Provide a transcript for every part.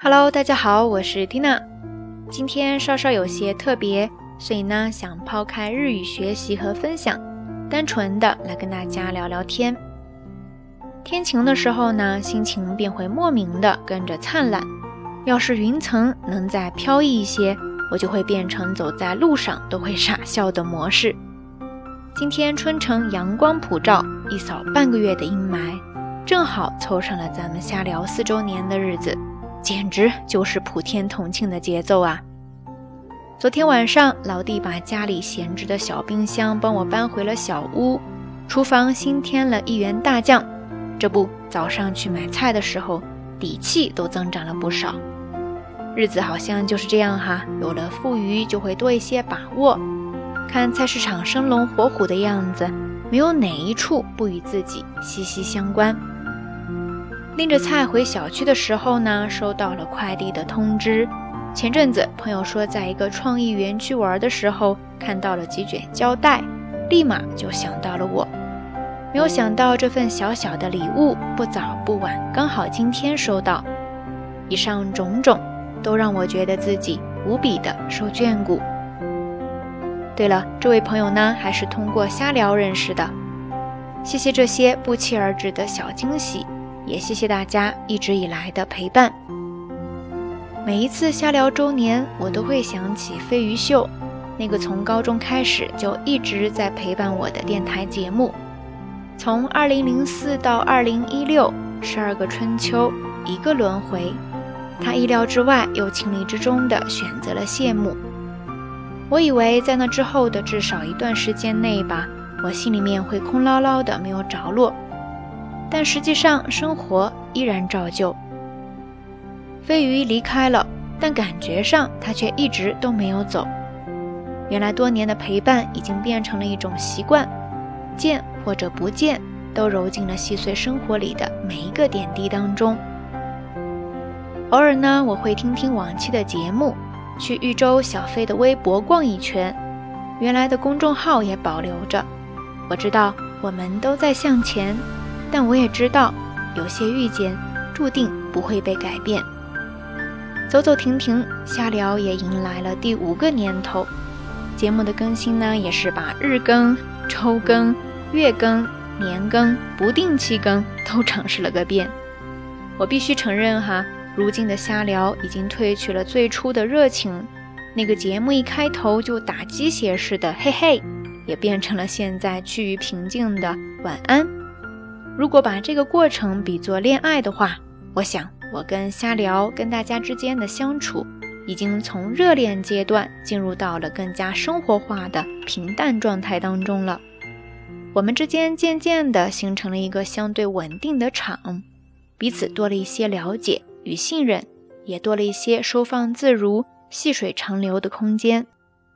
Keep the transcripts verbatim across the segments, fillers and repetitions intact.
Hello， 大家好，我是 Tina。今天稍稍有些特别，所以呢，想抛开日语学习和分享，单纯的来跟大家聊聊天。天晴的时候呢，心情便会莫名的跟着灿烂。要是云层能再飘逸一些，我就会变成走在路上都会傻笑的模式。今天春城阳光普照，一扫半个月的阴霾，正好凑上了咱们瞎聊四周年的日子。简直就是普天同庆的节奏啊！昨天晚上，老弟把家里闲置的小冰箱帮我搬回了小屋，厨房新添了一员大将。这不，早上去买菜的时候，底气都增长了不少。日子好像就是这样哈，有了富余就会多一些把握。看菜市场生龙活虎的样子，没有哪一处不与自己息息相关。拎着菜回小区的时候呢，收到了快递的通知。前阵子朋友说在一个创意园区玩的时候看到了几卷胶带，立马就想到了我。没有想到这份小小的礼物不早不晚，刚好今天收到。以上种种都让我觉得自己无比的受眷顾。对了，这位朋友呢还是通过瞎聊认识的。谢谢这些不期而至的小惊喜，也谢谢大家一直以来的陪伴。每一次瞎聊周年，我都会想起飞鱼秀，那个从高中开始就一直在陪伴我的电台节目。从二零零四到二零一六，十二个春秋，一个轮回。他意料之外又情理之中的选择了谢幕。我以为在那之后的至少一段时间内吧，我心里面会空落落的，没有着落。但实际上生活依然照旧。飞鱼离开了，但感觉上他却一直都没有走。原来多年的陪伴已经变成了一种习惯，见或者不见都揉进了细碎生活里的每一个点滴当中。偶尔呢，我会听听往期的节目，去豫州小飞的微博逛一圈，原来的公众号也保留着。我知道我们都在向前，但我也知道，有些遇见注定不会被改变。走走停停，瞎聊也迎来了第五个年头。节目的更新呢，也是把日更、周更、月更、年更、不定期更都尝试了个遍。我必须承认哈，如今的瞎聊已经褪去了最初的热情，那个节目一开头就打鸡血似的嘿嘿，也变成了现在趋于平静的晚安。如果把这个过程比作恋爱的话，我想我跟瞎聊跟大家之间的相处已经从热恋阶段进入到了更加生活化的平淡状态当中了。我们之间渐渐地形成了一个相对稳定的场，彼此多了一些了解与信任，也多了一些收放自如、细水长流的空间。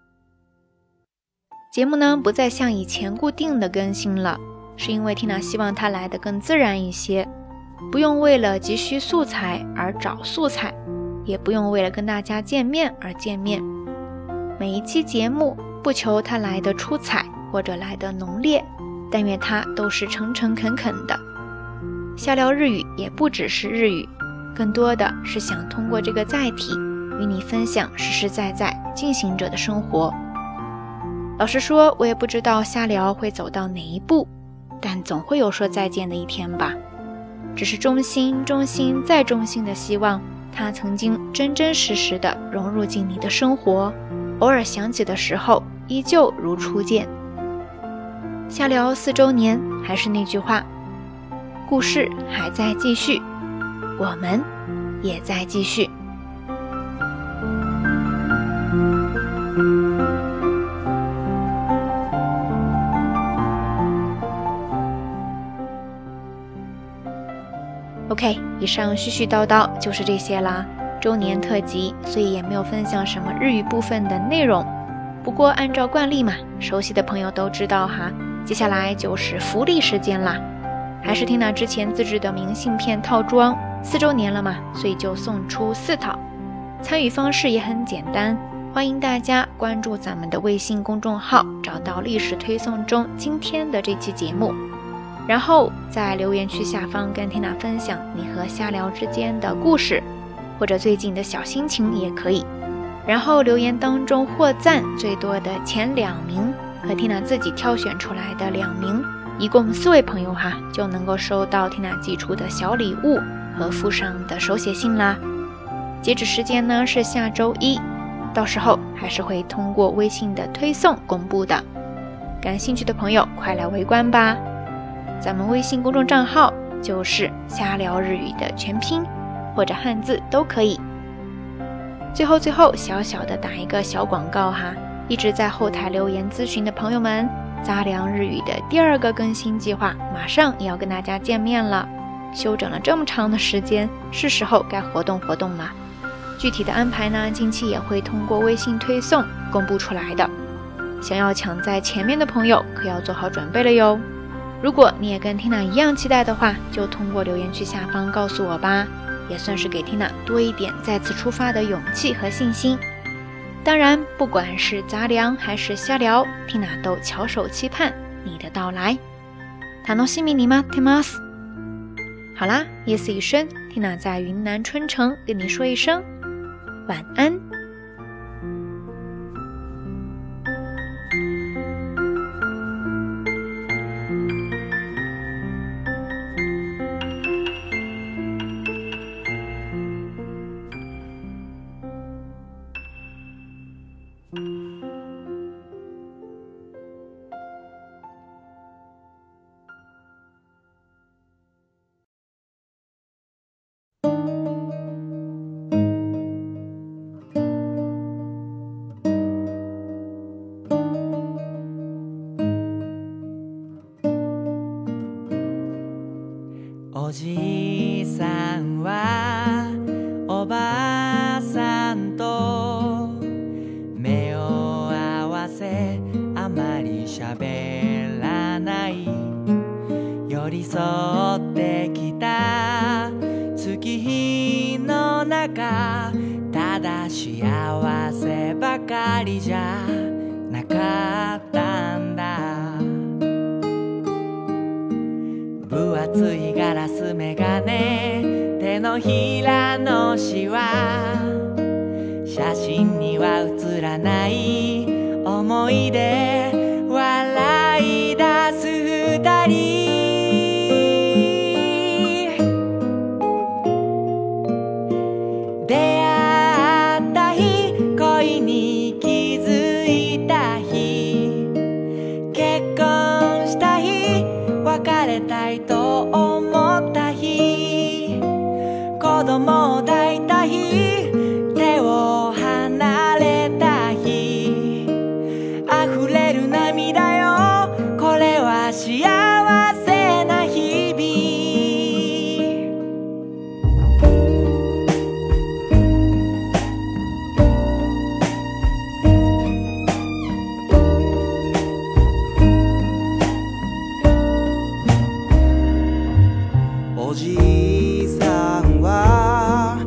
节目呢，不再像以前固定的更新了，是因为 Tina 希望它来得更自然一些，不用为了急需素材而找素材，也不用为了跟大家见面而见面。每一期节目不求它来得出彩或者来得浓烈，但愿它都是诚诚恳恳的。瞎聊日语也不只是日语，更多的是想通过这个载体与你分享实实在在进行着的生活。老实说，我也不知道瞎聊会走到哪一步，但总会有说再见的一天吧。只是衷心衷心再衷心的希望它曾经真真实实的融入进你的生活，偶尔想起的时候依旧如初见。瞎聊四周年，还是那句话，故事还在继续，我们也在继续。OK， 以上絮絮叨叨就是这些啦。周年特辑，所以也没有分享什么日语部分的内容。不过按照惯例嘛，熟悉的朋友都知道哈，接下来就是福利时间啦。还是 Tina 之前自制的明信片套装，四周年了嘛，所以就送出四套。参与方式也很简单，欢迎大家关注咱们的微信公众号，找到历史推送中今天的这期节目，然后在留言区下方跟 Tina 分享你和瞎聊之间的故事， 或者最近的小心情也可以。然后留言当中获赞最多的前两名和 Tina 自己挑选出来的两名，一共四位朋友哈，就能够收到 Tina 寄出的小礼物和附上的手写信啦。截止时间呢是下周一，到时候还是会通过微信的推送公布的。感兴趣的朋友快来围观吧！咱们微信公众账号就是瞎聊日语的全拼或者汉字都可以。最后最后小小的打一个小广告哈，一直在后台留言咨询的朋友们，杂粮日语的第二个更新计划马上也要跟大家见面了。休整了这么长的时间，是时候该活动活动了。具体的安排呢，近期也会通过微信推送公布出来的。想要抢在前面的朋友可要做好准备了哟。如果你也跟 Tina 一样期待的话，就通过留言区下方告诉我吧，也算是给 Tina 多一点再次出发的勇气和信心。当然，不管是杂粮还是瞎聊， Tina 都翘首期盼你的到来。楽しみに待ってます。好啦，夜色已深， Tina 在云南春城跟你说一声晚安。 おじいさんはおばあさんと目を合わせあまりしゃべらない寄り添ってきた月日の中ただ幸せばかりじゃなかったんだ分厚いガラスメガネ手のひらのシワ写真には写らない思い出笑い出す二人出会った日恋に気づいた日結婚した日別れたいと思った日子供を抱いた日手を離れた日溢れる涙よこれは幸せな日々おじいさんは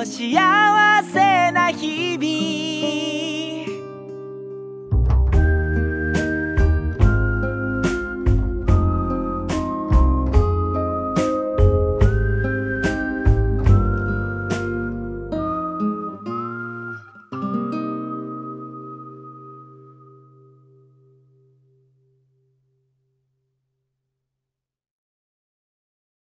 幸せな日々